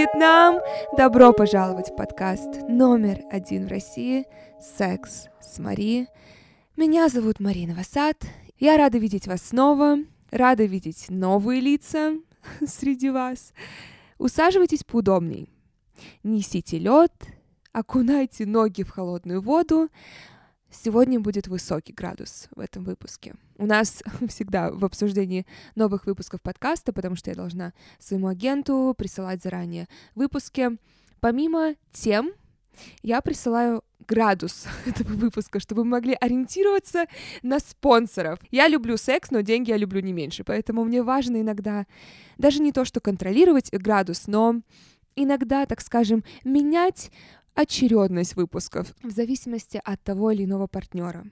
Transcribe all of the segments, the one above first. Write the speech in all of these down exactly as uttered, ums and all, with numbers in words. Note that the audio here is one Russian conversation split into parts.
Вьетнам! Добро пожаловать в подкаст номер один в России «Секс с Мари». Меня зовут Марина Васад. Я рада видеть вас снова, рада видеть новые лица среди вас. Усаживайтесь поудобней. Несите лед, окунайте ноги в холодную воду. Сегодня будет высокий градус в этом выпуске. У нас всегда в обсуждении новых выпусков подкаста, потому что я должна своему агенту присылать заранее выпуски. Помимо тем, я присылаю градус этого выпуска, чтобы вы могли ориентироваться на спонсоров. Я люблю секс, но деньги я люблю не меньше, поэтому мне важно иногда даже не то, что контролировать градус, но иногда, так скажем, менять очередность выпусков в зависимости от того или иного партнера.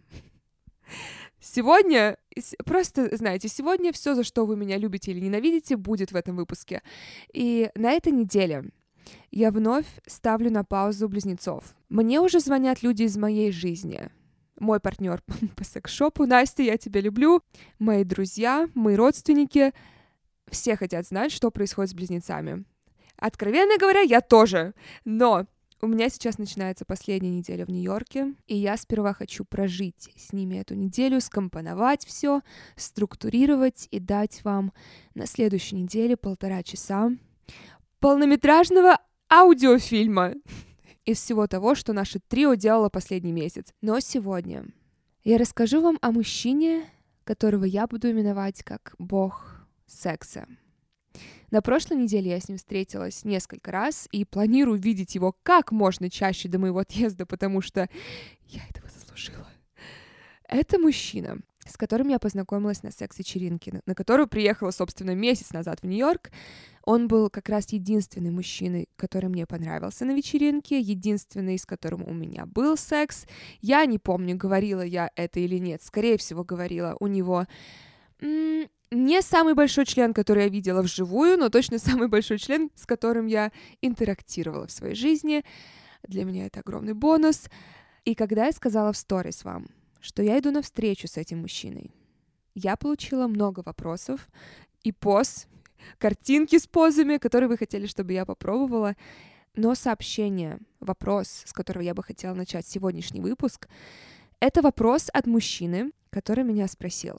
Сегодня, просто, знаете, сегодня все, за что вы меня любите или ненавидите, будет в этом выпуске. И на этой неделе я вновь ставлю на паузу близнецов. Мне уже звонят люди из моей жизни. Мой партнер по секс-шопу, Настя, я тебя люблю. Мои друзья, мои родственники. Все хотят знать, что происходит с близнецами. Откровенно говоря, я тоже. Но у меня сейчас начинается последняя неделя в Нью-Йорке, и я сперва хочу прожить с ними эту неделю, скомпоновать все, структурировать и дать вам на следующей неделе полтора часа полнометражного аудиофильма из всего того, что наше трио делало последний месяц. Но сегодня я расскажу вам о мужчине, которого я буду именовать как бог секса. На прошлой неделе я с ним встретилась несколько раз и планирую видеть его как можно чаще до моего отъезда, потому что я этого заслужила. Это мужчина, с которым я познакомилась на секс-вечеринке, на которую приехала, собственно, месяц назад в Нью-Йорк. Он был как раз единственный мужчина, который мне понравился на вечеринке, единственный, с которым у меня был секс. Я не помню, говорила я это или нет, скорее всего, говорила. У него м- не самый большой член, который я видела вживую, но точно самый большой член, с которым я интерактировала в своей жизни. Для меня это огромный бонус. И когда я сказала в сторис вам, что я иду на встречу с этим мужчиной, я получила много вопросов и поз, картинки с позами, которые вы хотели, чтобы я попробовала. Но сообщение, вопрос, с которого я бы хотела начать сегодняшний выпуск, это вопрос от мужчины, который меня спросил: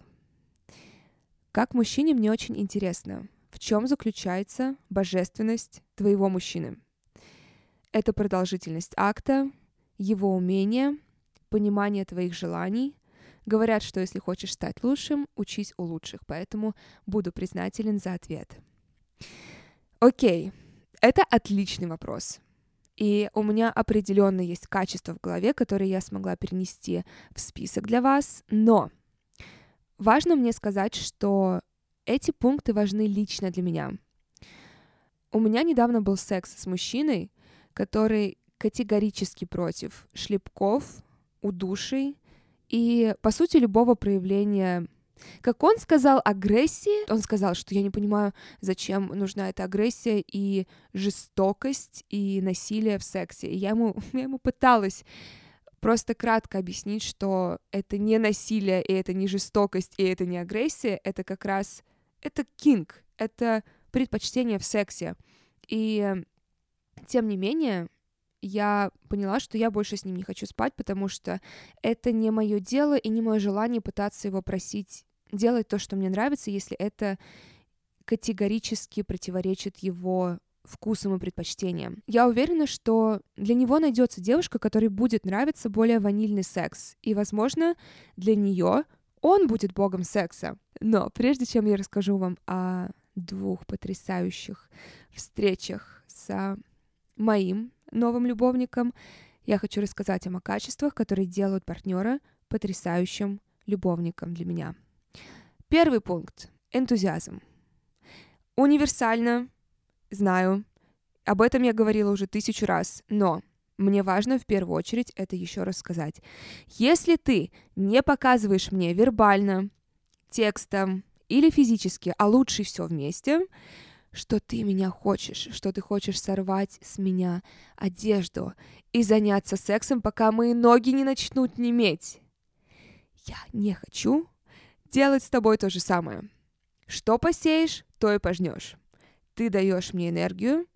как мужчине мне очень интересно, в чем заключается божественность твоего мужчины? Это продолжительность акта, его умение, понимание твоих желаний. Говорят, что если хочешь стать лучшим, учись у лучших, поэтому буду признателен за ответ. Окей, это отличный вопрос. И у меня определенно есть качества в голове, которые я смогла перенести в список для вас, но важно мне сказать, что эти пункты важны лично для меня. У меня недавно был секс с мужчиной, который категорически против шлепков, удушей и, по сути, любого проявления, как он сказал, агрессии. Он сказал, что я не понимаю, зачем нужна эта агрессия и жестокость и насилие в сексе. И я ему, я ему пыталась просто кратко объяснить, что это не насилие, и это не жестокость, и это не агрессия, это как раз, это кинг, это предпочтение в сексе. И тем не менее, я поняла, что я больше с ним не хочу спать, потому что это не мое дело и не мое желание пытаться его просить делать то, что мне нравится, если это категорически противоречит его вкусом и предпочтениям. Я уверена, что для него найдется девушка, которой будет нравиться более ванильный секс, и, возможно, для нее он будет богом секса. Но прежде чем я расскажу вам о двух потрясающих встречах с моим новым любовником, я хочу рассказать вам о качествах, которые делают партнера потрясающим любовником для меня. Первый пункт — энтузиазм. Универсально, знаю, об этом я говорила уже тысячу раз, но мне важно в первую очередь это еще раз сказать. Если ты не показываешь мне вербально, текстом или физически, а лучше все вместе, что ты меня хочешь, что ты хочешь сорвать с меня одежду и заняться сексом, пока мои ноги не начнут неметь, я не хочу делать с тобой то же самое. Что посеешь, то и пожнешь. Ты даешь мне энергию,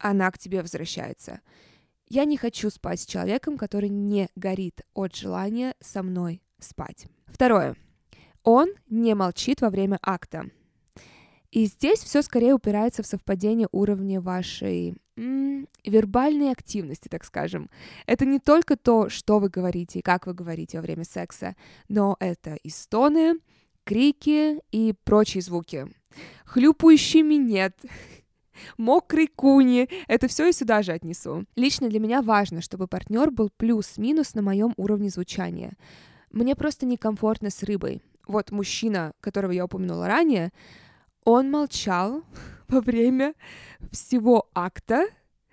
она к тебе возвращается. Я не хочу спать с человеком, который не горит от желания со мной спать. Второе. Он не молчит во время акта. И здесь все скорее упирается в совпадение уровня вашей м- вербальной активности, так скажем. Это не только то, что вы говорите и как вы говорите во время секса, но это и стоны, крики и прочие звуки. Хлюпающий минет, мокрый куни, это все и сюда же отнесу. Лично для меня важно, чтобы партнер был плюс-минус на моем уровне звучания. Мне просто некомфортно с рыбой. Вот мужчина, которого я упомянула ранее, он молчал во время всего акта,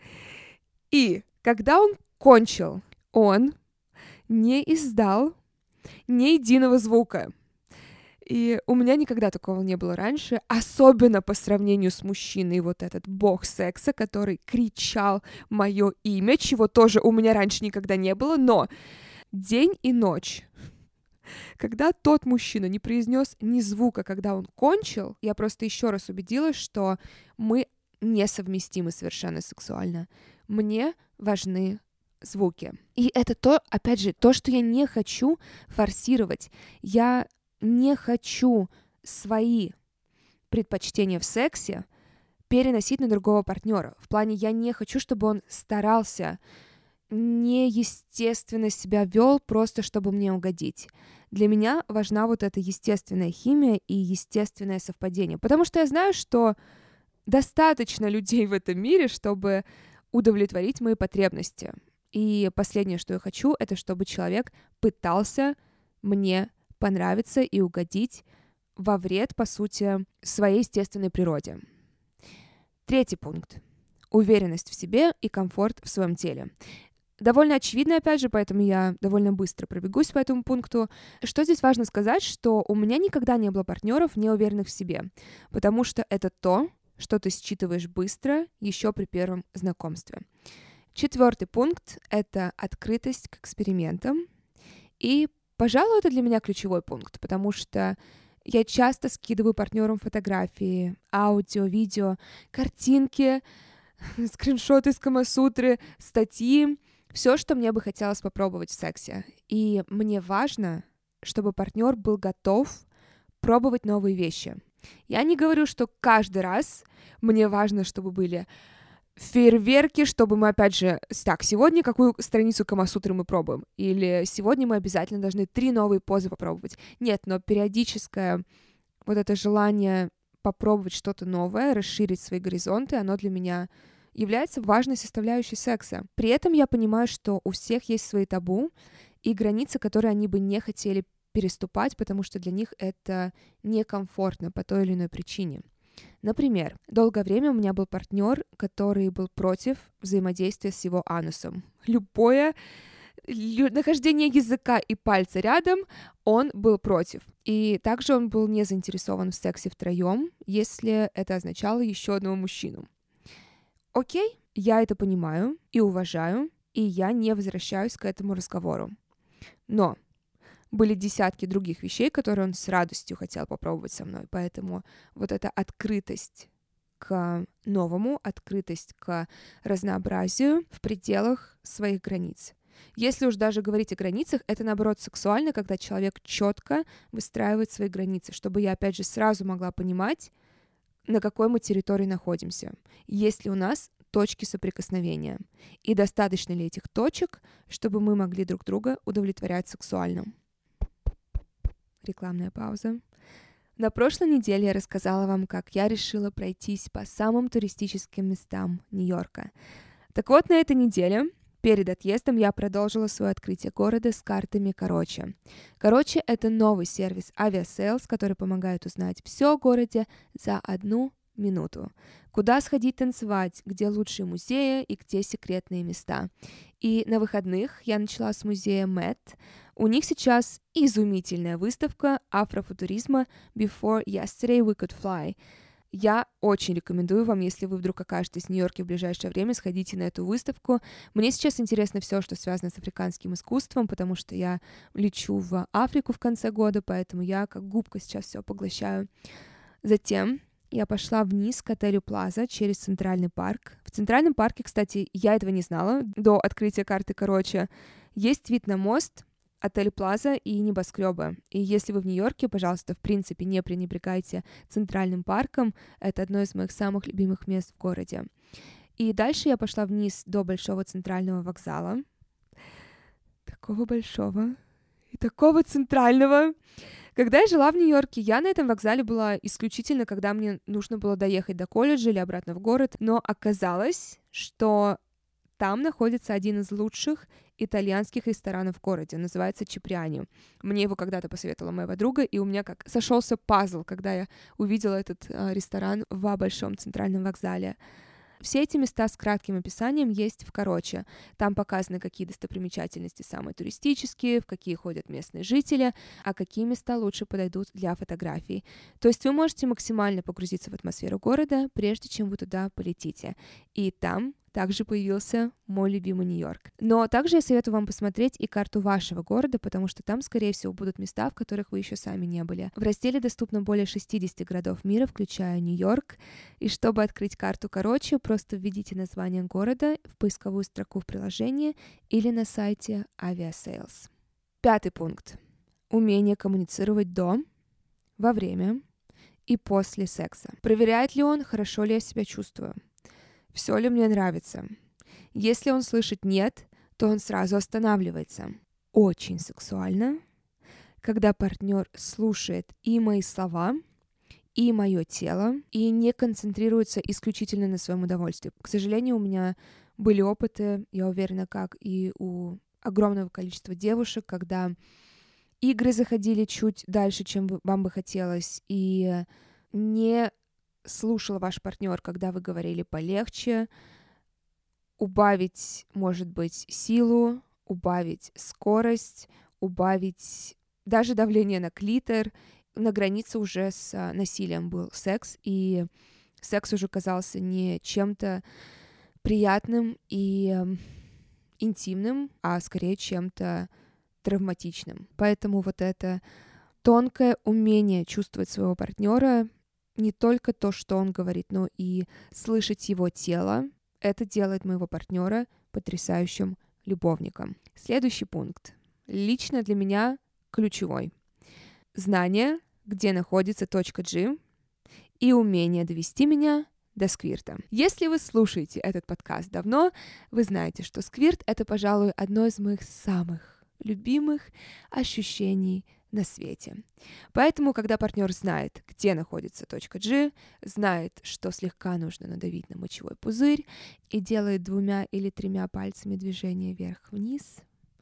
и когда он кончил, он не издал ни единого звука. И у меня никогда такого не было раньше, особенно по сравнению с мужчиной, вот этот бог секса, который кричал мое имя, чего тоже у меня раньше никогда не было, но день и ночь, когда тот мужчина не произнес ни звука, когда он кончил, я просто еще раз убедилась, что мы несовместимы совершенно сексуально. Мне важны звуки. И это то, опять же, то, что я не хочу форсировать. Я не хочу свои предпочтения в сексе переносить на другого партнера. В плане, я не хочу, чтобы он старался, неестественно себя вел, просто чтобы мне угодить. Для меня важна вот эта естественная химия и естественное совпадение. Потому что я знаю, что достаточно людей в этом мире, чтобы удовлетворить мои потребности. И последнее, что я хочу, это чтобы человек пытался мне понравиться и угодить во вред, по сути, своей естественной природе. Третий пункт. Уверенность в себе и комфорт в своем теле. Довольно очевидно, опять же, поэтому я довольно быстро пробегусь по этому пункту. Что здесь важно сказать, что у меня никогда не было партнеров, неуверенных в себе, потому что это то, что ты считываешь быстро еще при первом знакомстве. Четвертый пункт — это открытость к экспериментам. И, пожалуй, это для меня ключевой пункт, потому что я часто скидываю партнерам фотографии, аудио, видео, картинки, скриншоты из Камасутры, статьи, все, что мне бы хотелось попробовать в сексе. И мне важно, чтобы партнер был готов пробовать новые вещи. Я не говорю, что каждый раз мне важно, чтобы были фейерверки, чтобы мы, опять же, так, сегодня какую страницу Камасутры мы пробуем? Или сегодня мы обязательно должны три новые позы попробовать? Нет, но периодическое вот это желание попробовать что-то новое, расширить свои горизонты, оно для меня является важной составляющей секса. При этом я понимаю, что у всех есть свои табу и границы, которые они бы не хотели переступать, потому что для них это некомфортно по той или иной причине. Например, долгое время у меня был партнер, который был против взаимодействия с его анусом. Любое нахождение языка и пальца рядом, он был против. И также он был не заинтересован в сексе втроем, если это означало еще одного мужчину. Окей, я это понимаю и уважаю, и я не возвращаюсь к этому разговору. Но были десятки других вещей, которые он с радостью хотел попробовать со мной. Поэтому вот эта открытость к новому, открытость к разнообразию в пределах своих границ. Если уж даже говорить о границах, это, наоборот, сексуально, когда человек четко выстраивает свои границы, чтобы я, опять же, сразу могла понимать, на какой мы территории находимся, есть ли у нас точки соприкосновения, и достаточно ли этих точек, чтобы мы могли друг друга удовлетворять сексуально. Рекламная пауза. На прошлой неделе я рассказала вам, как я решила пройтись по самым туристическим местам Нью-Йорка. Так вот, на этой неделе перед отъездом я продолжила свое открытие города с картами Короче. Короче — это новый сервис авиасейлс, который помогает узнать все о городе за одну минуту. Куда сходить танцевать, где лучшие музеи и где секретные места. И на выходных я начала с музея Мэт. У них сейчас изумительная выставка афрофутуризма Before Yesterday We Could Fly. Я очень рекомендую вам, если вы вдруг окажетесь в Нью-Йорке в ближайшее время, сходите на эту выставку. Мне сейчас интересно все, что связано с африканским искусством, потому что я лечу в Африку в конце года, поэтому я как губка сейчас все поглощаю. Затем я пошла вниз к отелю Плаза через Центральный парк. В Центральном парке, кстати, я этого не знала до открытия карты короче. Есть вид на мост, отель Плаза и небоскребы. И если вы в Нью-Йорке, пожалуйста, в принципе, не пренебрегайте Центральным парком. Это одно из моих самых любимых мест в городе. И дальше я пошла вниз до Большого Центрального вокзала. Такого большого и такого центрального. Когда я жила в Нью-Йорке, я на этом вокзале была исключительно, когда мне нужно было доехать до колледжа или обратно в город. Но оказалось, что там находится один из лучших итальянских ресторанов в городе. Называется Чиприани. Мне его когда-то посоветовала моя подруга, и у меня как сошелся пазл, когда я увидела этот э, ресторан в Большом Центральном вокзале. Все эти места с кратким описанием есть в короче. Там показаны, какие достопримечательности самые туристические, в какие ходят местные жители, а какие места лучше подойдут для фотографий. То есть вы можете максимально погрузиться в атмосферу города, прежде чем вы туда полетите. И там также появился мой любимый Нью-Йорк. Но также я советую вам посмотреть и карту вашего города, потому что там, скорее всего, будут места, в которых вы еще сами не были. В разделе доступно более шестьдесят городов мира, включая Нью-Йорк. И чтобы открыть карту короче, просто введите название города в поисковую строку в приложении или на сайте Aviasales. Пятый пункт. Умение коммуницировать до, во время и после секса. Проверяет ли он, хорошо ли я себя чувствую? Все ли мне нравится? Если он слышит «нет», то он сразу останавливается. Очень сексуально, когда партнер слушает и мои слова, и мое тело, и не концентрируется исключительно на своем удовольствии. К сожалению, у меня были опыты, я уверена, как и у огромного количества девушек, когда игры заходили чуть дальше, чем вам бы хотелось, и не слушал ваш партнер, когда вы говорили полегче, убавить, может быть, силу, убавить скорость, убавить даже давление на клитор. На границе уже с насилием был секс, и секс уже казался не чем-то приятным и интимным, а скорее чем-то травматичным. Поэтому вот это тонкое умение чувствовать своего партнера, не только то, что он говорит, но и слышать его тело, это делает моего партнера потрясающим любовником. Следующий пункт. Лично для меня ключевой. Знание, где находится точка G, и умение довести меня до сквирта. Если вы слушаете этот подкаст давно, вы знаете, что сквирт — это, пожалуй, одно из моих самых любимых ощущений на свете. Поэтому, когда партнер знает, где находится точка G, знает, что слегка нужно надавить на мочевой пузырь и делает двумя или тремя пальцами движение вверх-вниз.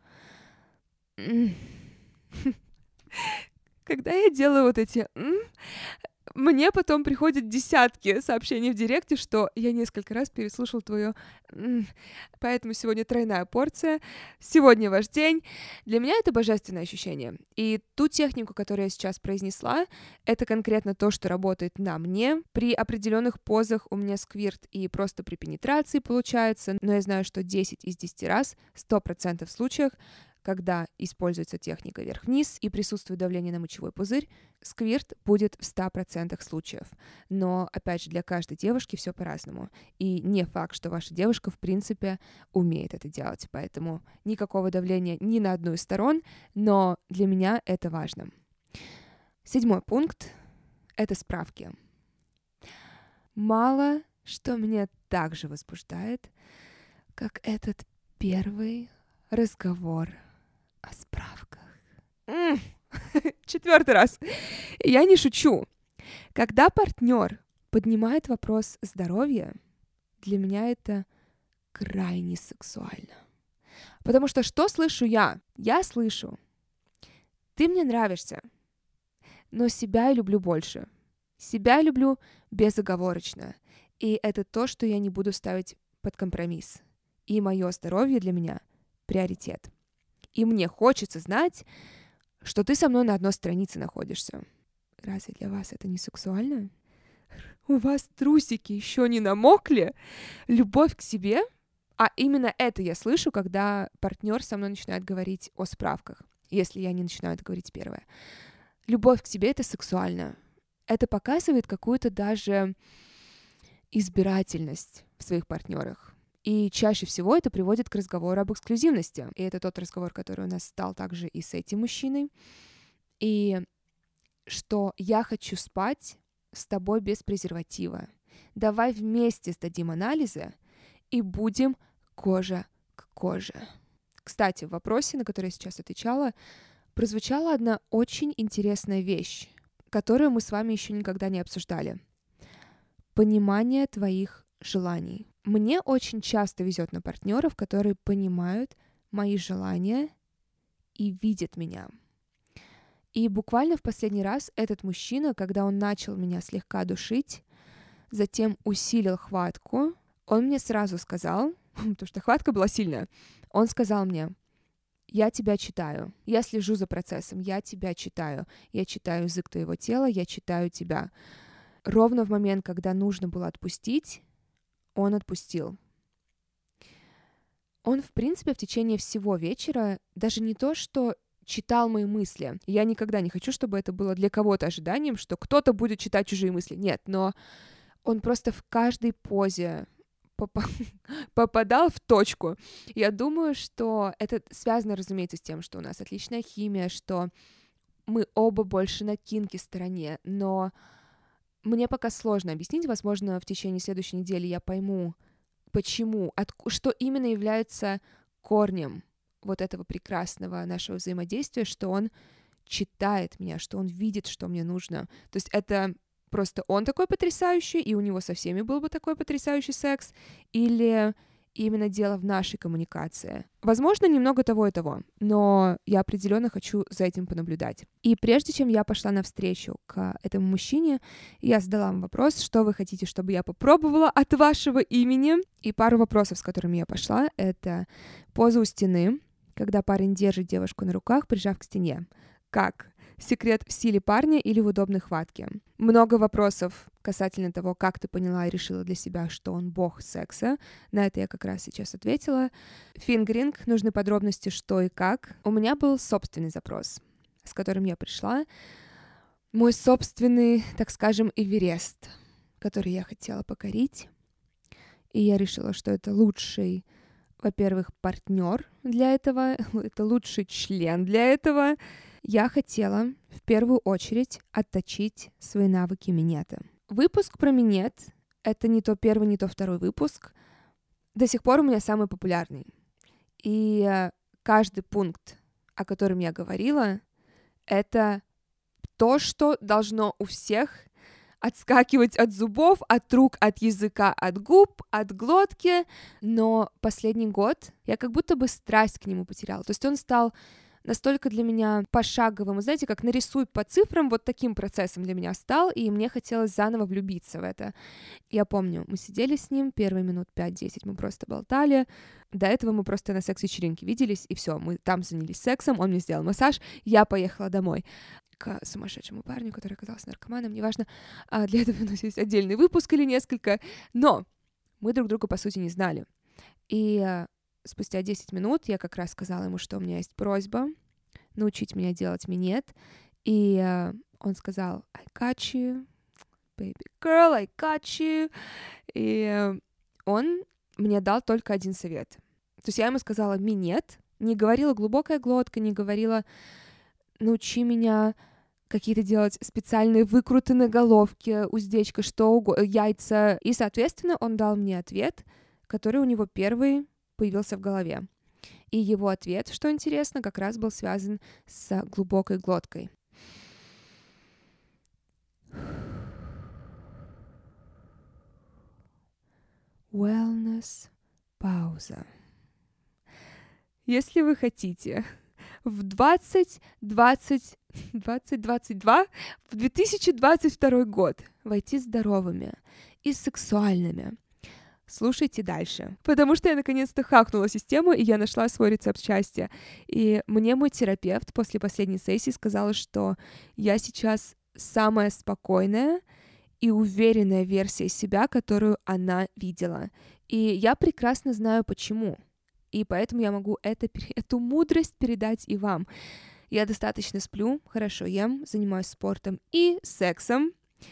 Когда я делаю вот эти... Мне потом приходят десятки сообщений в директе, что я несколько раз переслушал твое... Поэтому сегодня тройная порция. Сегодня ваш день. Для меня это божественное ощущение. И ту технику, которую я сейчас произнесла, это конкретно то, что работает на мне. При определенных позах у меня сквирт и просто при пенетрации получается, но я знаю, что десять из десяти раз, сто процентов случаев, когда используется техника вверх-вниз и присутствует давление на мочевой пузырь, сквирт будет в ста процентах случаев. Но, опять же, для каждой девушки все по-разному. И не факт, что ваша девушка, в принципе, умеет это делать. Поэтому никакого давления ни на одну из сторон, но для меня это важно. Седьмой пункт — это справки. Мало что меня так же возбуждает, как этот первый разговор о справках. М-м. Четвертый раз. Я не шучу. Когда партнер поднимает вопрос здоровья, для меня это крайне сексуально. Потому что что слышу я? Я слышу: ты мне нравишься, но себя я люблю больше. Себя люблю безоговорочно. И это то, что я не буду ставить под компромисс. И мое здоровье для меня приоритет. И мне хочется знать, что ты со мной на одной странице находишься. Разве для вас это не сексуально? У вас трусики еще не намокли? Любовь к себе? А именно это я слышу, когда партнер со мной начинает говорить о справках, если я не начинаю это говорить первое. Любовь к себе — это сексуально. это показывает какую-то даже избирательность в своих партнерах. И чаще всего это приводит к разговору об эксклюзивности. И это тот разговор, который у нас стал также и с этим мужчиной. И что я хочу спать с тобой без презерватива. Давай вместе сдадим анализы и будем кожа к коже. Кстати, в вопросе, на который я сейчас отвечала, прозвучала одна очень интересная вещь, которую мы с вами еще никогда не обсуждали. Понимание твоих желаний. Мне очень часто везет на партнеров, которые понимают мои желания и видят меня. И буквально в последний раз этот мужчина, когда он начал меня слегка душить, затем усилил хватку, он мне сразу сказал, потому что хватка была сильная, он сказал мне: я тебя читаю, я слежу за процессом, я тебя читаю, я читаю язык твоего тела, я читаю тебя. Ровно в момент, когда нужно было отпустить, он отпустил. Он, в принципе, в течение всего вечера даже не то, что читал мои мысли. Я никогда не хочу, чтобы это было для кого-то ожиданием, что кто-то будет читать чужие мысли. Нет, но он просто в каждой позе поп- попадал в точку. Я думаю, что это связано, разумеется, с тем, что у нас отличная химия, что мы оба больше на кинки-стороне, но мне пока сложно объяснить. Возможно, в течение следующей недели я пойму, почему, от, что именно является корнем вот этого прекрасного нашего взаимодействия, что он читает меня, что он видит, что мне нужно. То есть это просто он такой потрясающий, и у него со всеми был бы такой потрясающий секс, или именно дело в нашей коммуникации. Возможно, немного того и того, но я определенно хочу за этим понаблюдать. И прежде чем я пошла навстречу к этому мужчине, я задала вам вопрос, что вы хотите, чтобы я попробовала от вашего имени. И пару вопросов, с которыми я пошла, это поза у стены, когда парень держит девушку на руках, прижав к стене. Как? Секрет в силе парня или в удобной хватке? Много вопросов касательно того, как ты поняла и решила для себя, что он бог секса. На это я как раз сейчас ответила. Фингеринг, нужны подробности, что и как. У меня был собственный запрос, с которым я пришла. Мой собственный, так скажем, Эверест, который я хотела покорить. И я решила, что это лучший, во-первых, партнер для этого, это лучший член для этого. Я хотела в первую очередь отточить свои навыки минета. Выпуск про минет — это не то первый, не то второй выпуск. До сих пор у меня самый популярный. И каждый пункт, о котором я говорила, это то, что должно у всех отскакивать от зубов, от рук, от языка, от губ, от глотки. Но последний год я как будто бы страсть к нему потеряла. То есть он стал настолько для меня пошаговым, вы знаете, как нарисуй по цифрам, вот таким процессом для меня стал, и мне хотелось заново влюбиться в это. Я помню, мы сидели с ним, первые минут пять-десять мы просто болтали, до этого мы просто на секс-вечеринке виделись, и все, мы там занялись сексом, он мне сделал массаж, я поехала домой к сумасшедшему парню, который оказался наркоманом, неважно, а для этого у нас есть отдельный выпуск или несколько, но мы друг друга, по сути, не знали. И спустя десять минут я как раз сказала ему, что у меня есть просьба научить меня делать минет. И uh, он сказал: I got you, baby girl, I got you. И uh, он мне дал только один совет. То есть я ему сказала минет, не говорила глубокая глотка, не говорила научи меня какие-то делать специальные выкруты на головке, уздечка, что угодно, яйца. И, соответственно, он дал мне ответ, который у него первый появился в голове. И его ответ, что интересно, как раз был связан с глубокой глоткой. Wellness пауза. Если вы хотите в двадцать двадцать, двадцать двадцать два, в две тысячи двадцать второй год войти здоровыми и сексуальными, слушайте дальше, потому что я наконец-то хакнула систему, и я нашла свой рецепт счастья. И мне мой терапевт после последней сессии сказала, что я сейчас самая спокойная и уверенная версия себя, которую она видела. И я прекрасно знаю, почему. И поэтому я могу это, эту мудрость передать и вам. Я достаточно сплю, хорошо ем, занимаюсь спортом и сексом.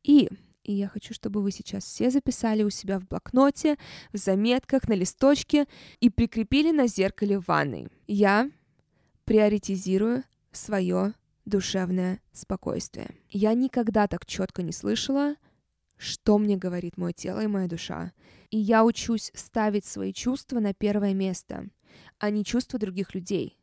И, и я хочу, чтобы вы сейчас все записали у себя в блокноте, в заметках, на листочке и прикрепили на зеркале в ванной. Я приоритизирую свое душевное спокойствие. Я никогда так четко не слышала, что мне говорит мое тело и моя душа. И я учусь ставить свои чувства на первое место, а не чувства других людей.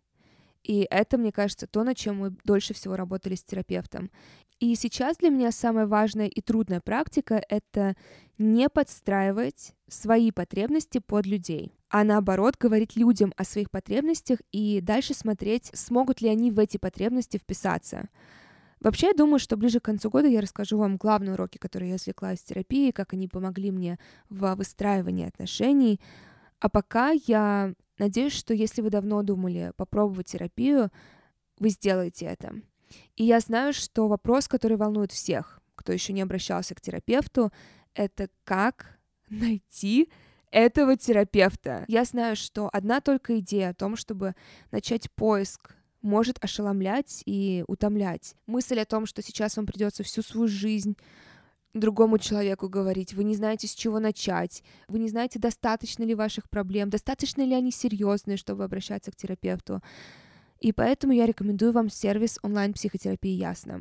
И это, мне кажется, то, над чем мы дольше всего работали с терапевтом. И сейчас для меня самая важная и трудная практика — это не подстраивать свои потребности под людей, а наоборот говорить людям о своих потребностях и дальше смотреть, смогут ли они в эти потребности вписаться. Вообще, я думаю, что ближе к концу года я расскажу вам главные уроки, которые я извлекла из терапии, как они помогли мне в выстраивании отношений. А пока я надеюсь, что если вы давно думали попробовать терапию, вы сделаете это. И я знаю, что вопрос, который волнует всех, кто еще не обращался к терапевту, это как найти этого терапевта. Я знаю, что одна только идея о том, чтобы начать поиск, может ошеломлять и утомлять. Мысль о том, что сейчас вам придется всю свою жизнь другому человеку говорить, вы не знаете, с чего начать, вы не знаете, достаточно ли ваших проблем, достаточно ли они серьезные, чтобы обращаться к терапевту. И поэтому я рекомендую вам сервис онлайн-психотерапии «Ясно».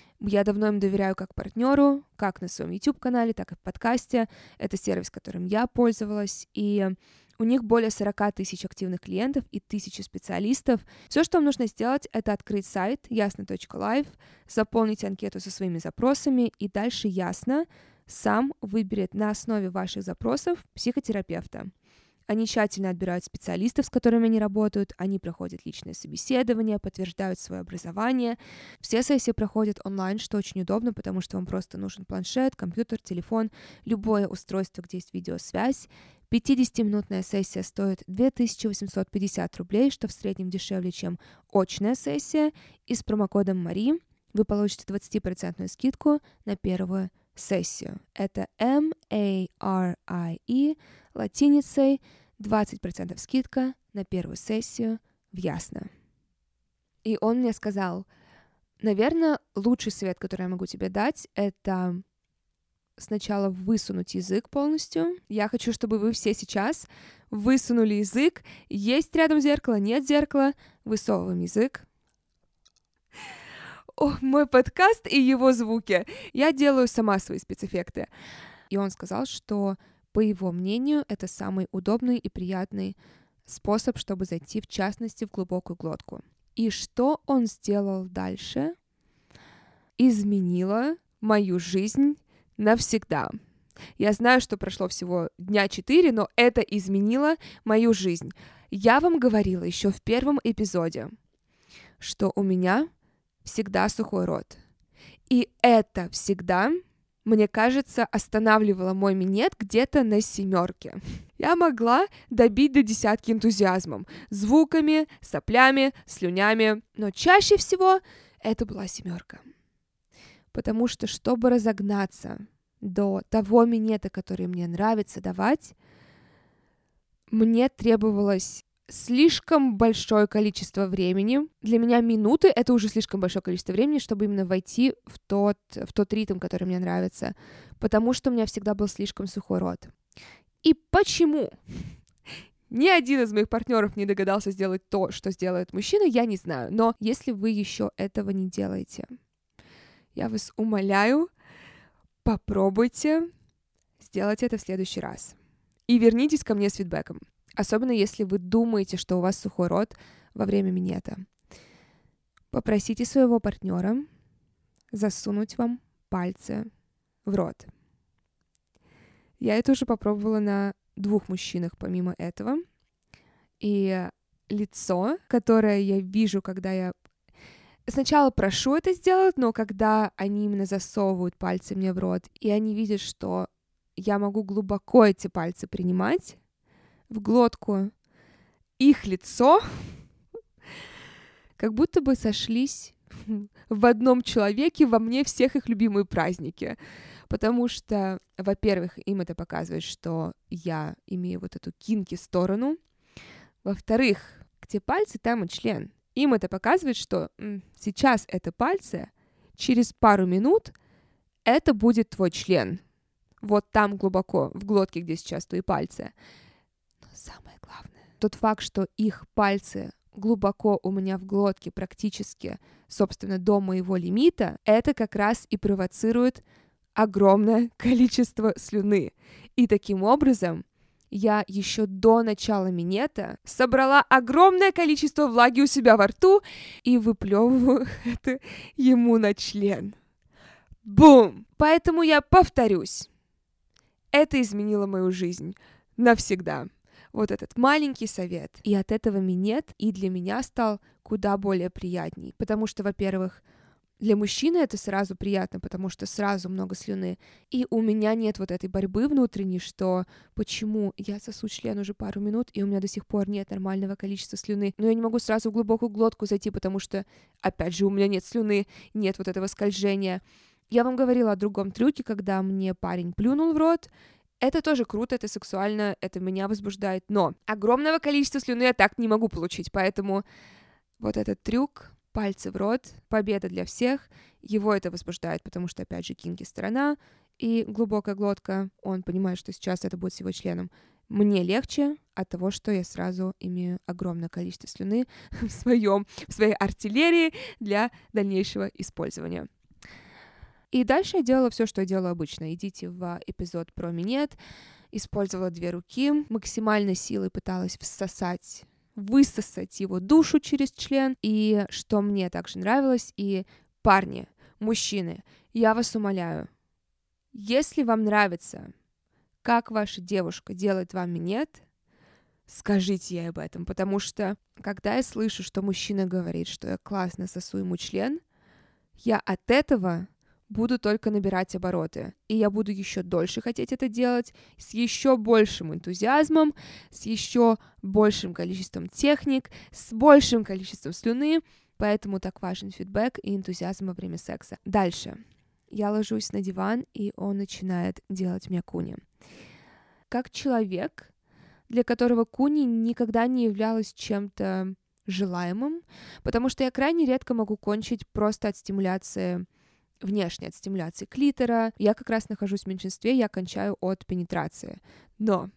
Я давно им доверяю как партнеру, как на своем YouTube-канале, так и в подкасте. Это сервис, которым я пользовалась, и у них более сорок тысяч активных клиентов и тысячи специалистов. Все, что вам нужно сделать, это открыть сайт ясно точка лайф, заполнить анкету со своими запросами, и дальше Ясно сам выберет на основе ваших запросов психотерапевта. Они тщательно отбирают специалистов, с которыми они работают, они проходят личное собеседование, подтверждают свое образование. Все сессии проходят онлайн, что очень удобно, потому что вам просто нужен планшет, компьютер, телефон, любое устройство, где есть видеосвязь. пятидесятиминутная сессия стоит две тысячи восемьсот пятьдесят рублей, что в среднем дешевле, чем очная сессия. И с промокодом Мари вы получите двадцать процентов скидку на первую сессию. Это эм эй ар ай и латиницей, двадцать процентов скидка на первую сессию в Ясно. И он мне сказал, наверное, лучший совет, который я могу тебе дать, это сначала высунуть язык полностью. Я хочу, чтобы вы все сейчас высунули язык. Есть рядом зеркало, нет зеркала. Высовываем язык. О, мой подкаст и его звуки. Я делаю сама свои спецэффекты. И он сказал, что, по его мнению, это самый удобный и приятный способ, чтобы зайти, в частности, в глубокую глотку. И что он сделал дальше? Изменило мою жизнь навсегда. Я знаю, что прошло всего дня четыре, но это изменило мою жизнь. Я вам говорила еще в первом эпизоде, что у меня всегда сухой рот. И это всегда, мне кажется, останавливало мой минет где-то на семерке. Я могла добить до десятки энтузиазмом, звуками, соплями, слюнями, но чаще всего это была семерка. Потому что, чтобы разогнаться до того минета, который мне нравится давать, мне требовалось слишком большое количество времени. Для меня минуты — это уже слишком большое количество времени, чтобы именно войти в тот, в тот ритм, который мне нравится. Потому что у меня всегда был слишком сухой рот. И почему ни один из моих партнеров не догадался сделать то, что сделает мужчина, я не знаю. Но если вы еще этого не делаете, я вас умоляю, попробуйте сделать это в следующий раз. И вернитесь ко мне с фидбэком. Особенно если вы думаете, что у вас сухой рот во время минета. Попросите своего партнера засунуть вам пальцы в рот. Я это уже попробовала на двух мужчинах помимо этого. И лицо, которое я вижу, когда я сначала прошу это сделать, но когда они именно засовывают пальцы мне в рот, и они видят, что я могу глубоко эти пальцы принимать в глотку, их лицо как будто бы сошлись в одном человеке во мне всех их любимые праздники. Потому что, во-первых, им это показывает, что я имею вот эту кинки-сторону. Во-вторых, где пальцы, там и член. Им это показывает, что м, сейчас это пальцы, через пару минут это будет твой член. Вот там глубоко, в глотке, где сейчас твои пальцы. Но самое главное, тот факт, что их пальцы глубоко у меня в глотке, практически, собственно, до моего лимита, это как раз и провоцирует огромное количество слюны. И таким образом я еще до начала минета собрала огромное количество влаги у себя во рту и выплевываю это ему на член. Бум! Поэтому я повторюсь. Это изменило мою жизнь навсегда. Вот этот маленький совет. И от этого минет и для меня стал куда более приятней. Потому что, во-первых, для мужчины это сразу приятно, потому что сразу много слюны. И у меня нет вот этой борьбы внутренней, что почему я сосу член уже пару минут, и у меня до сих пор нет нормального количества слюны. Но я не могу сразу в глубокую глотку зайти, потому что, опять же, у меня нет слюны, нет вот этого скольжения. Я вам говорила о другом трюке, когда мне парень плюнул в рот. Это тоже круто, это сексуально, это меня возбуждает, но огромного количества слюны я так не могу получить, поэтому вот этот трюк, пальцы в рот, победа для всех, его это возбуждает, потому что, опять же, кинки сторона и глубокая глотка, он понимает, что сейчас это будет с его членом. Мне легче от того, что я сразу имею огромное количество слюны в своем, в своей артиллерии для дальнейшего использования. И дальше я делала все, что я делаю обычно. Идите в эпизод про минет. Использовала две руки, максимальной силой пыталась всосать, высосать его душу через член. И что мне также нравилось, и парни, мужчины, я вас умоляю, если вам нравится, как ваша девушка делает вам минет, скажите ей об этом, потому что, когда я слышу, что мужчина говорит, что я классно сосу ему член, я от этого буду только набирать обороты. И я буду еще дольше хотеть это делать, с еще большим энтузиазмом, с еще большим количеством техник, с большим количеством слюны. Поэтому так важен фидбэк и энтузиазм во время секса. Дальше. Я ложусь на диван, и он начинает делать мне куни. Как человек, для которого куни никогда не являлось чем-то желаемым, потому что я крайне редко могу кончить просто от стимуляции внешне, от стимуляции клитора. Я как раз нахожусь в меньшинстве, я кончаю от пенетрации. Но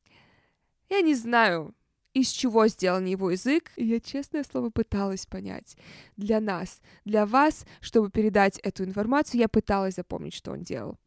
я не знаю, из чего сделан его язык. И я, честное слово, пыталась понять. Для нас, для вас, чтобы передать эту информацию, я пыталась запомнить, что он делал.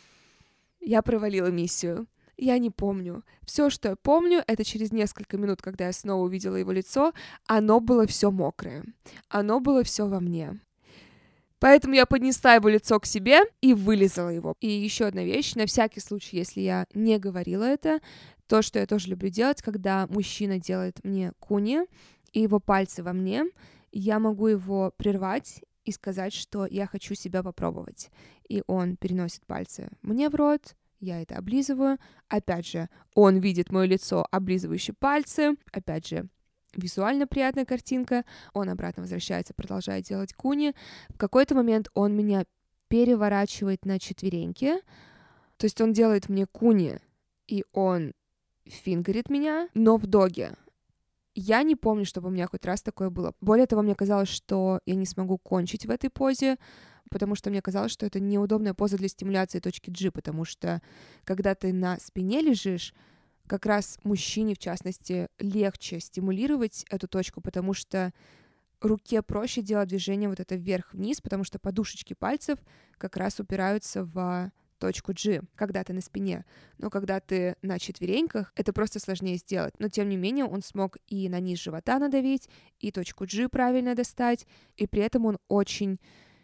Я провалила миссию. Я не помню. Все, что я помню, это через несколько минут, когда я снова увидела его лицо, оно было все мокрое. Оно было все во мне. Поэтому я поднесла его лицо к себе и вылизала его. И еще одна вещь, на всякий случай, если я не говорила это, то, что я тоже люблю делать, когда мужчина делает мне куни, и его пальцы во мне, я могу его прервать и сказать, что я хочу себя попробовать. И он переносит пальцы мне в рот, я это облизываю. Опять же, он видит мое лицо, облизывающее пальцы. Опять же, визуально приятная картинка. Он обратно возвращается, продолжает делать куни. В какой-то момент он меня переворачивает на четвереньки. То есть он делает мне куни, и он фингерит меня, но в доге. Я не помню, чтобы у меня хоть раз такое было. Более того, мне казалось, что я не смогу кончить в этой позе, потому что мне казалось, что это неудобная поза для стимуляции точки G, потому что когда ты на спине лежишь, как раз мужчине, в частности, легче стимулировать эту точку, потому что руке проще делать движение вот это вверх-вниз, потому что подушечки пальцев как раз упираются в точку G, когда ты на спине. Но когда ты на четвереньках, это просто сложнее сделать. Но, тем не менее, он смог и на низ живота надавить, и точку G правильно достать, и при этом он очень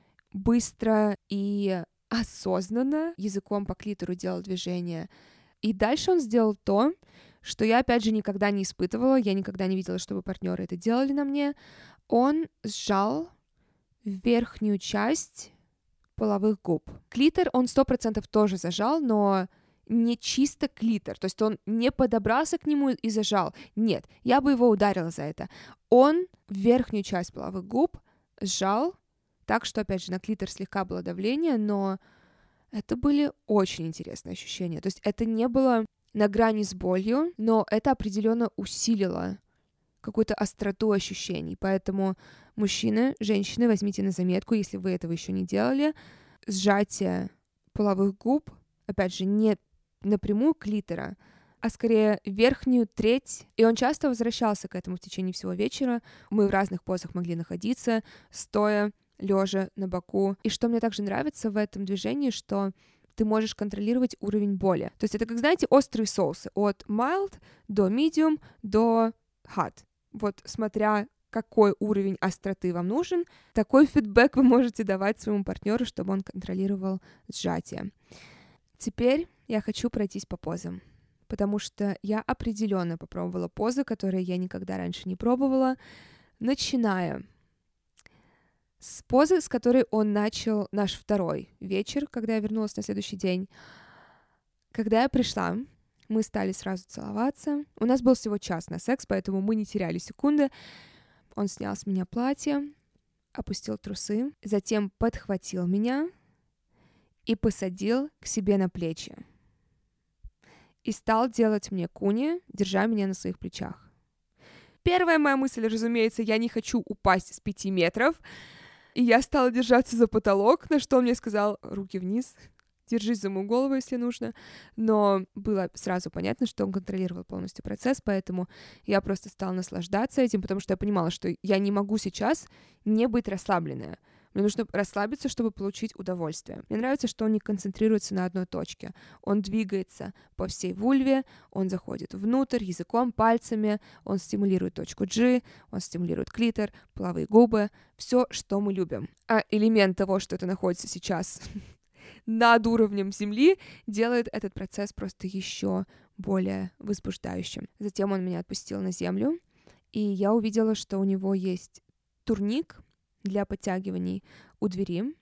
быстро и осознанно языком по клитору делал движение. И дальше он сделал то, что я, опять же, никогда не испытывала, я никогда не видела, чтобы партнеры это делали на мне. Он сжал верхнюю часть половых губ. Клитор он сто процентов тоже зажал, но не чисто клитор, то есть он не подобрался к нему и зажал. Нет, я бы его ударила за это. Он верхнюю часть половых губ сжал, так что, опять же, на клитор слегка было давление, но это были очень интересные ощущения. То есть это не было на грани с болью, но это определенно усилило какую-то остроту ощущений. Поэтому, мужчины, женщины, возьмите на заметку, если вы этого еще не делали, сжатие половых губ, опять же, не напрямую клитора, а скорее верхнюю треть. И он часто возвращался к этому в течение всего вечера. Мы в разных позах могли находиться, стоя, лежа на боку. И что мне также нравится в этом движении, что ты можешь контролировать уровень боли. То есть это, как знаете, острые соусы. От mild до medium до hot. Вот смотря какой уровень остроты вам нужен, такой фидбэк вы можете давать своему партнеру, чтобы он контролировал сжатие. Теперь я хочу пройтись по позам, потому что я определенно попробовала позы, которые я никогда раньше не пробовала, начиная с позы, с которой он начал наш второй вечер, когда я вернулась на следующий день. Когда я пришла, мы стали сразу целоваться. У нас был всего час на секс, поэтому мы не теряли секунды. Он снял с меня платье, опустил трусы, затем подхватил меня и посадил к себе на плечи. И стал делать мне куни, держа меня на своих плечах. Первая моя мысль, разумеется, я не хочу упасть с пяти метров. И я стала держаться за потолок, на что он мне сказал: руки вниз, держись за мою голову, если нужно. Но было сразу понятно, что он контролировал полностью процесс, поэтому я просто стала наслаждаться этим, потому что я понимала, что я не могу сейчас не быть расслабленной. Мне нужно расслабиться, чтобы получить удовольствие. Мне нравится, что он не концентрируется на одной точке. Он двигается по всей вульве, он заходит внутрь языком, пальцами, он стимулирует точку G, он стимулирует клитор, половые губы, все, что мы любим. А элемент того, что это находится сейчас над уровнем земли, делает этот процесс просто еще более возбуждающим. Затем он меня отпустил на землю, и я увидела, что у него есть турник для подтягиваний у двери.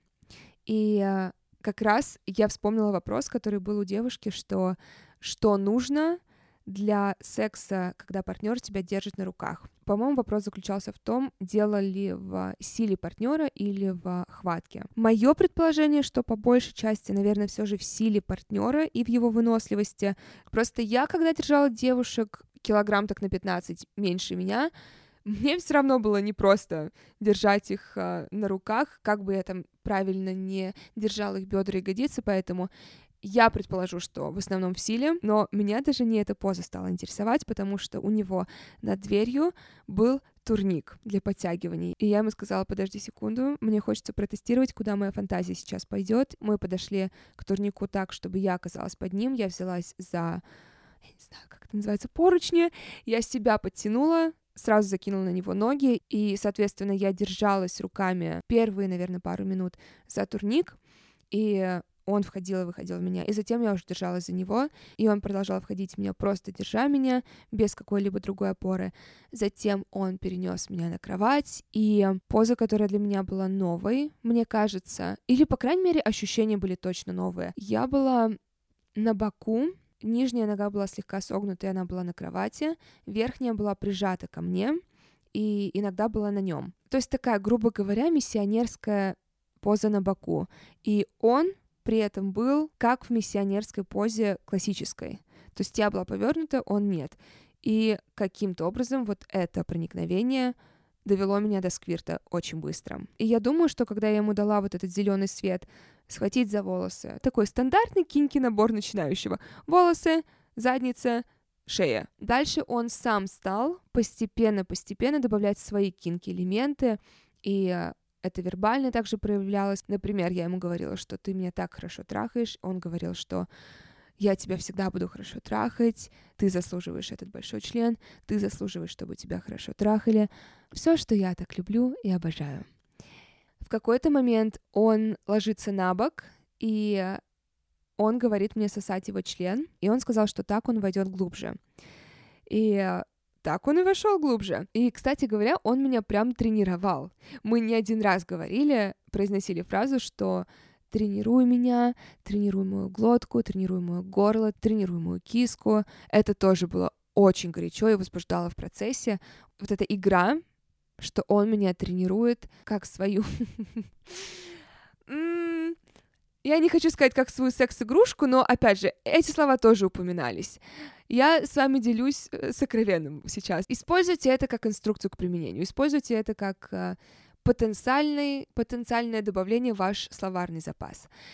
И э, как раз я вспомнила вопрос, который был у девушки, что что нужно для секса, когда партнер тебя держит на руках. По-моему, вопрос заключался в том, дело ли в силе партнера или в хватке. Мое предположение, что по большей части, наверное, все же в силе партнера и в его выносливости. Просто я, когда держала девушек килограмм так на пятнадцать меньше меня, мне все равно было непросто держать их а, на руках, как бы я там правильно не держала их бедра и ягодицы, поэтому я предположу, что в основном в силе, но меня даже не эта поза стала интересовать, потому что у него над дверью был турник для подтягиваний. И я ему сказала: подожди секунду, мне хочется протестировать, куда моя фантазия сейчас пойдет. Мы подошли к турнику так, чтобы я оказалась под ним, я взялась за, я не знаю, как это называется, поручни, я себя подтянула, сразу закинула на него ноги, и, соответственно, я держалась руками первые, наверное, пару минут за турник, и он входил и выходил в меня, и затем я уже держалась за него, и он продолжал входить в меня, просто держа меня, без какой-либо другой опоры. Затем он перенес меня на кровать, и поза, которая для меня была новой, мне кажется, или, по крайней мере, ощущения были точно новые. Я была на боку, нижняя нога была слегка согнута, и она была на кровати, верхняя была прижата ко мне, и иногда была на нем. То есть такая, грубо говоря, миссионерская поза на боку. И он при этом был как в миссионерской позе классической. То есть я была повернута, он нет. И каким-то образом вот это проникновение довело меня до сквирта очень быстро. И я думаю, что когда я ему дала вот этот зеленый свет, схватить за волосы, такой стандартный кинки-набор начинающего. Волосы, задница, шея. Дальше он сам стал постепенно-постепенно добавлять свои кинки-элементы, и это вербально также проявлялось. Например, я ему говорила, что ты меня так хорошо трахаешь. Он говорил, что я тебя всегда буду хорошо трахать, ты заслуживаешь этот большой член, ты заслуживаешь, чтобы тебя хорошо трахали. Все, что я так люблю и обожаю. В какой-то момент он ложится на бок, и он говорит мне сосать его член, и он сказал, что так он войдет глубже. И так он и вошел глубже. И, кстати говоря, он меня прям тренировал. Мы не один раз говорили, произносили фразу, что тренируй меня, тренируй мою глотку, тренируй мое горло, тренируй мою киску. Это тоже было очень горячо и возбуждало в процессе. Вот эта игра, что он меня тренирует как свою... Я не хочу сказать, как свою секс-игрушку, но, опять же, эти слова тоже упоминались. Я с вами делюсь сокровенным сейчас. Используйте это как инструкцию к применению. Используйте это как потенциальный, потенциальное добавление в ваш словарный запас.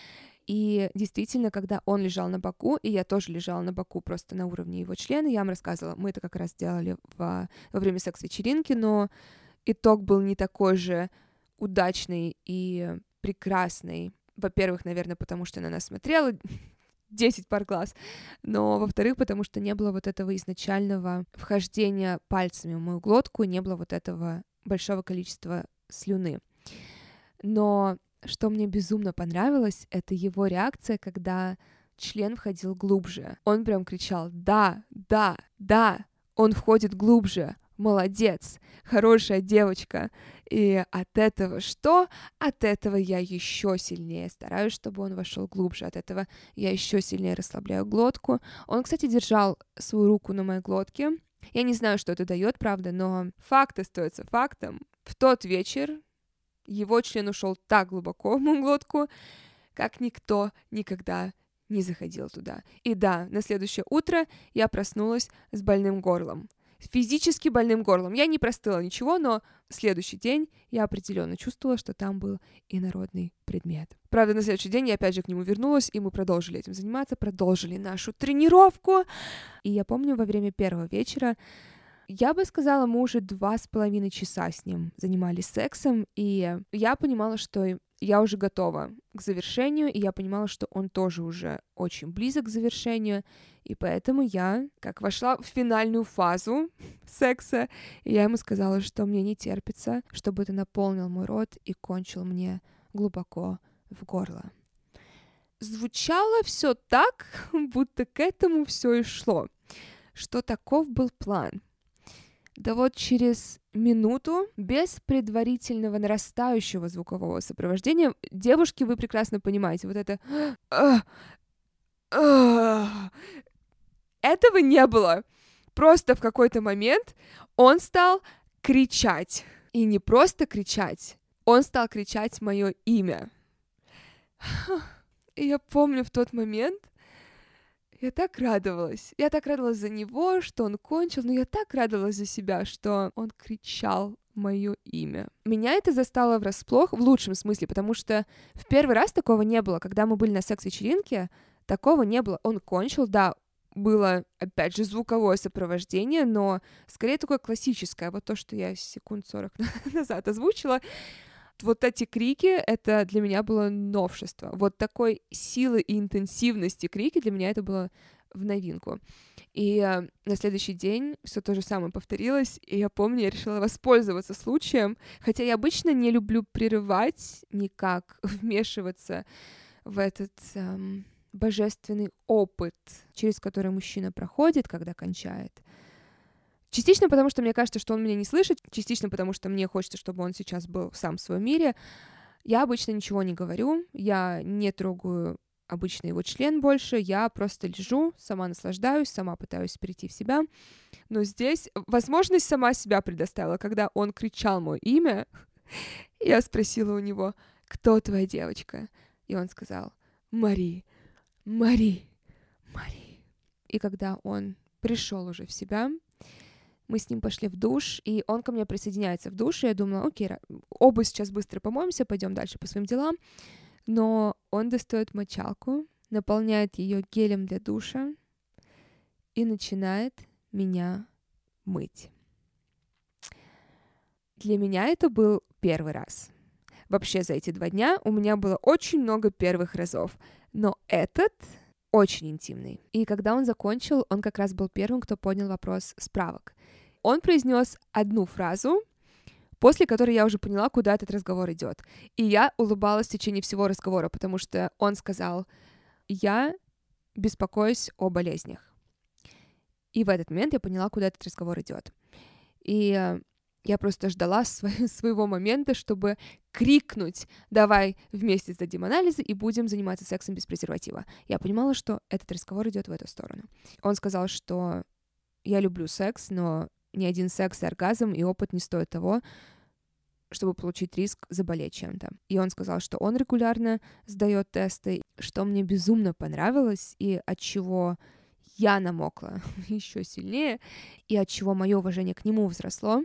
И действительно, когда он лежал на боку, и я тоже лежала на боку просто на уровне его члена, я вам рассказывала, мы это как раз делали во, во время секс-вечеринки, но итог был не такой же удачный и прекрасный. Во-первых, наверное, потому что на нас смотрела десять пар глаз, но, во-вторых, потому что не было вот этого изначального вхождения пальцами в мою глотку, не было вот этого большого количества слюны. Но что мне безумно понравилось, это его реакция, когда член входил глубже. Он прям кричал: «Да, да, да, он входит глубже, молодец, хорошая девочка». И от этого что? От этого я еще сильнее стараюсь, чтобы он вошел глубже. От этого я еще сильнее расслабляю глотку. Он, кстати, держал свою руку на моей глотке. Я не знаю, что это дает, правда, но факт остается фактом. В тот вечер его член ушел так глубоко в мою глотку, как никто никогда не заходил туда. И да, на следующее утро я проснулась с больным горлом. Физически больным горлом. Я не простыла ничего, но в следующий день я определенно чувствовала, что там был инородный предмет. Правда, на следующий день я опять же к нему вернулась, и мы продолжили этим заниматься, продолжили нашу тренировку. И я помню, во время первого вечера, я бы сказала, мы уже два с половиной часа с ним занимались сексом, и я понимала, что я уже готова к завершению, и я понимала, что он тоже уже очень близок к завершению, и поэтому я, как вошла в финальную фазу секса, я ему сказала, что мне не терпится, чтобы ты наполнил мой рот и кончил мне глубоко в горло. Звучало все так, будто к этому все и шло, что таков был план. Да вот через минуту, без предварительного нарастающего звукового сопровождения, девушки, вы прекрасно понимаете, вот это... Этого не было. Просто в какой-то момент он стал кричать. И не просто кричать, он стал кричать мое имя. И я помню в тот момент, я так радовалась. Я так радовалась за него, что он кончил, но я так радовалась за себя, что он кричал мое имя. Меня это застало врасплох в лучшем смысле, потому что в первый раз такого не было. Когда мы были на секс-вечеринке, такого не было. Он кончил, да, было, опять же, звуковое сопровождение, но скорее такое классическое. Вот то, что я секунд сорок назад озвучила. Вот эти крики, это для меня было новшество. Вот такой силы и интенсивности крики для меня это было в новинку. И э, на следующий день все то же самое повторилось, и я помню, я решила воспользоваться случаем, хотя я обычно не люблю прерывать, никак вмешиваться в этот эм, божественный опыт, через который мужчина проходит, когда кончает. Частично потому, что мне кажется, что он меня не слышит, частично потому, что мне хочется, чтобы он сейчас был сам в своем мире. Я обычно ничего не говорю, я не трогаю обычно его член больше, я просто лежу, сама наслаждаюсь, сама пытаюсь прийти в себя. Но здесь возможность сама себя предоставила, когда он кричал мое имя, я спросила у него: «Кто твоя девочка?» И он сказал: «Мари, Мари, Мари». И когда он пришел уже в себя, мы с ним пошли в душ, и он ко мне присоединяется в душе. Я думала, окей, оба сейчас быстро помоемся, пойдем дальше по своим делам. Но он достает мочалку, наполняет ее гелем для душа и начинает меня мыть. Для меня это был первый раз. Вообще за эти два дня у меня было очень много первых разов, но этот очень интимный. И когда он закончил, он как раз был первым, кто поднял вопрос справок. Он произнес одну фразу, после которой я уже поняла, куда этот разговор идет. И я улыбалась в течение всего разговора, потому что он сказал: «Я беспокоюсь о болезнях». И в этот момент я поняла, куда этот разговор идет. И я просто ждала сво- своего момента, чтобы крикнуть: «Давай вместе сдадим анализы и будем заниматься сексом без презерватива». Я понимала, что этот разговор идет в эту сторону. Он сказал, что я люблю секс, но ни один секс и оргазм и опыт не стоит того, чтобы получить риск заболеть чем-то. И он сказал, что он регулярно сдает тесты, что мне безумно понравилось, и от чего я намокла еще сильнее, и от чего мое уважение к нему возросло.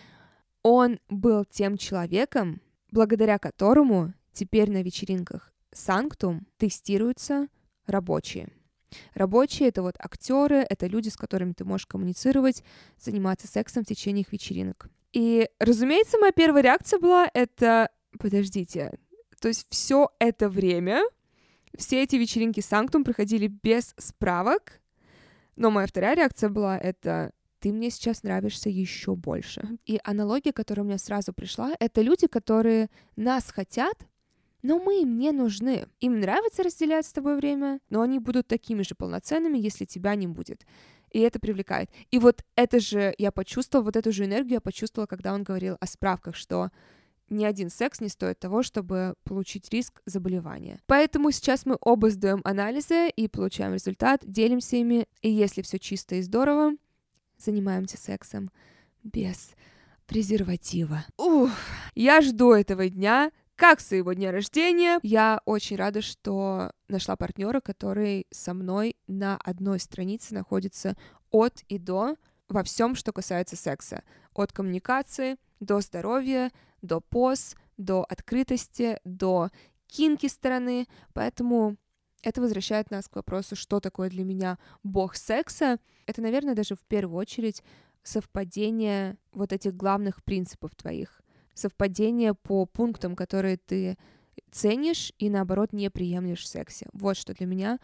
Он был тем человеком, благодаря которому теперь на вечеринках санктум тестируются рабочие. Рабочие — это вот актеры, это люди, с которыми ты можешь коммуницировать, заниматься сексом в течение их вечеринок. И, разумеется, моя первая реакция была это... Подождите. То есть все это время, все эти вечеринки санктум проходили без справок, но моя вторая реакция была это... Ты мне сейчас нравишься еще больше. И аналогия, которая у меня сразу пришла, это люди, которые нас хотят, но мы им не нужны. Им нравится разделять с тобой время, но они будут такими же полноценными, если тебя не будет. И это привлекает. И вот это же я почувствовала, вот эту же энергию я почувствовала, когда он говорил о справках, что ни один секс не стоит того, чтобы получить риск заболевания. Поэтому сейчас мы оба сдаем анализы и получаем результат, делимся ими, и если все чисто и здорово, занимаемся сексом без презерватива. Ух, я жду этого дня, как своего дня рождения. Я очень рада, что нашла партнера, который со мной на одной странице находится от и до во всем, что касается секса. От коммуникации до здоровья, до поз, до открытости, до кинки стороны. Поэтому это возвращает нас к вопросу, что такое для меня бог секса. Это, наверное, даже в первую очередь совпадение вот этих главных принципов твоих. Совпадение по пунктам, которые ты ценишь и, наоборот, не приемлешь в сексе. Вот что для меня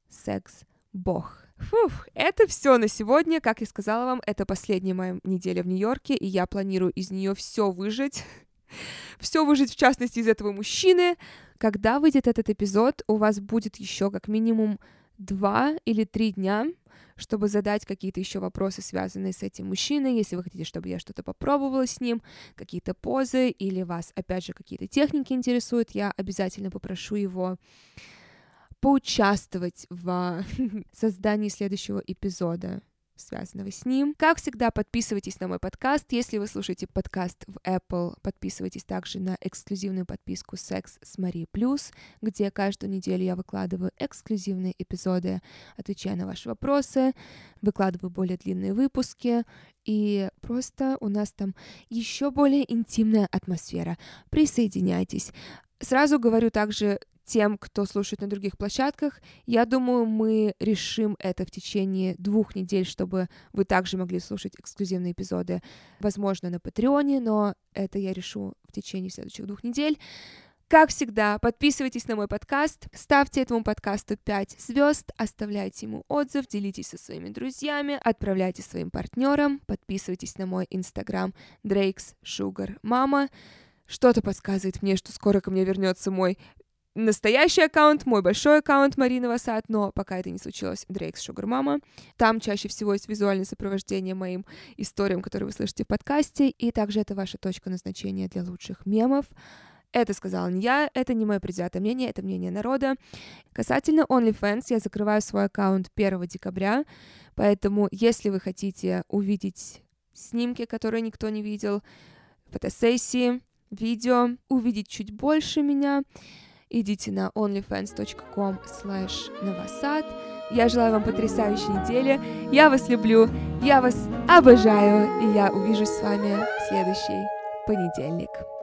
секс-бог. Фух, это все на сегодня. Как я сказала вам, это последняя моя неделя в Нью-Йорке, и я планирую из нее все выжить. Все выжить, в частности, из этого мужчины. Когда выйдет этот эпизод, у вас будет еще как минимум два или три дня, чтобы задать какие-то еще вопросы, связанные с этим мужчиной, если вы хотите, чтобы я что-то попробовала с ним, какие-то позы, или вас, опять же, какие-то техники интересуют, я обязательно попрошу его поучаствовать в создании следующего эпизода, связанного с ним. Как всегда, подписывайтесь на мой подкаст. Если вы слушаете подкаст в Apple, подписывайтесь также на эксклюзивную подписку «Секс с Марией Плюс», где каждую неделю я выкладываю эксклюзивные эпизоды, отвечая на ваши вопросы, выкладываю более длинные выпуски, и просто у нас там еще более интимная атмосфера. Присоединяйтесь. Сразу говорю также тем, кто слушает на других площадках, я думаю, мы решим это в течение двух недель, чтобы вы также могли слушать эксклюзивные эпизоды, возможно, на Патреоне, но это я решу в течение следующих двух недель. Как всегда, подписывайтесь на мой подкаст, ставьте этому подкасту пять звезд, оставляйте ему отзыв, делитесь со своими друзьями, отправляйте своим партнерам, подписывайтесь на мой инстаграм Drake's Sugar Mama. Что-то подсказывает мне, что скоро ко мне вернется мой настоящий аккаунт, мой большой аккаунт Марина Васад, но пока это не случилось, Drake's Sugar Mama. Там чаще всего есть визуальное сопровождение моим историям, которые вы слышите в подкасте, и также это ваша точка назначения для лучших мемов. Это сказала не я, это не мое предвзятое мнение, это мнение народа. Касательно OnlyFans, я закрываю свой аккаунт первого декабря, поэтому если вы хотите увидеть снимки, которые никто не видел, фотосессии, видео, увидеть чуть больше меня, идите на onlyfans точка ком слэш новосад. Я желаю вам потрясающей недели. Я вас люблю, я вас обожаю, и я увижусь с вами в следующий понедельник.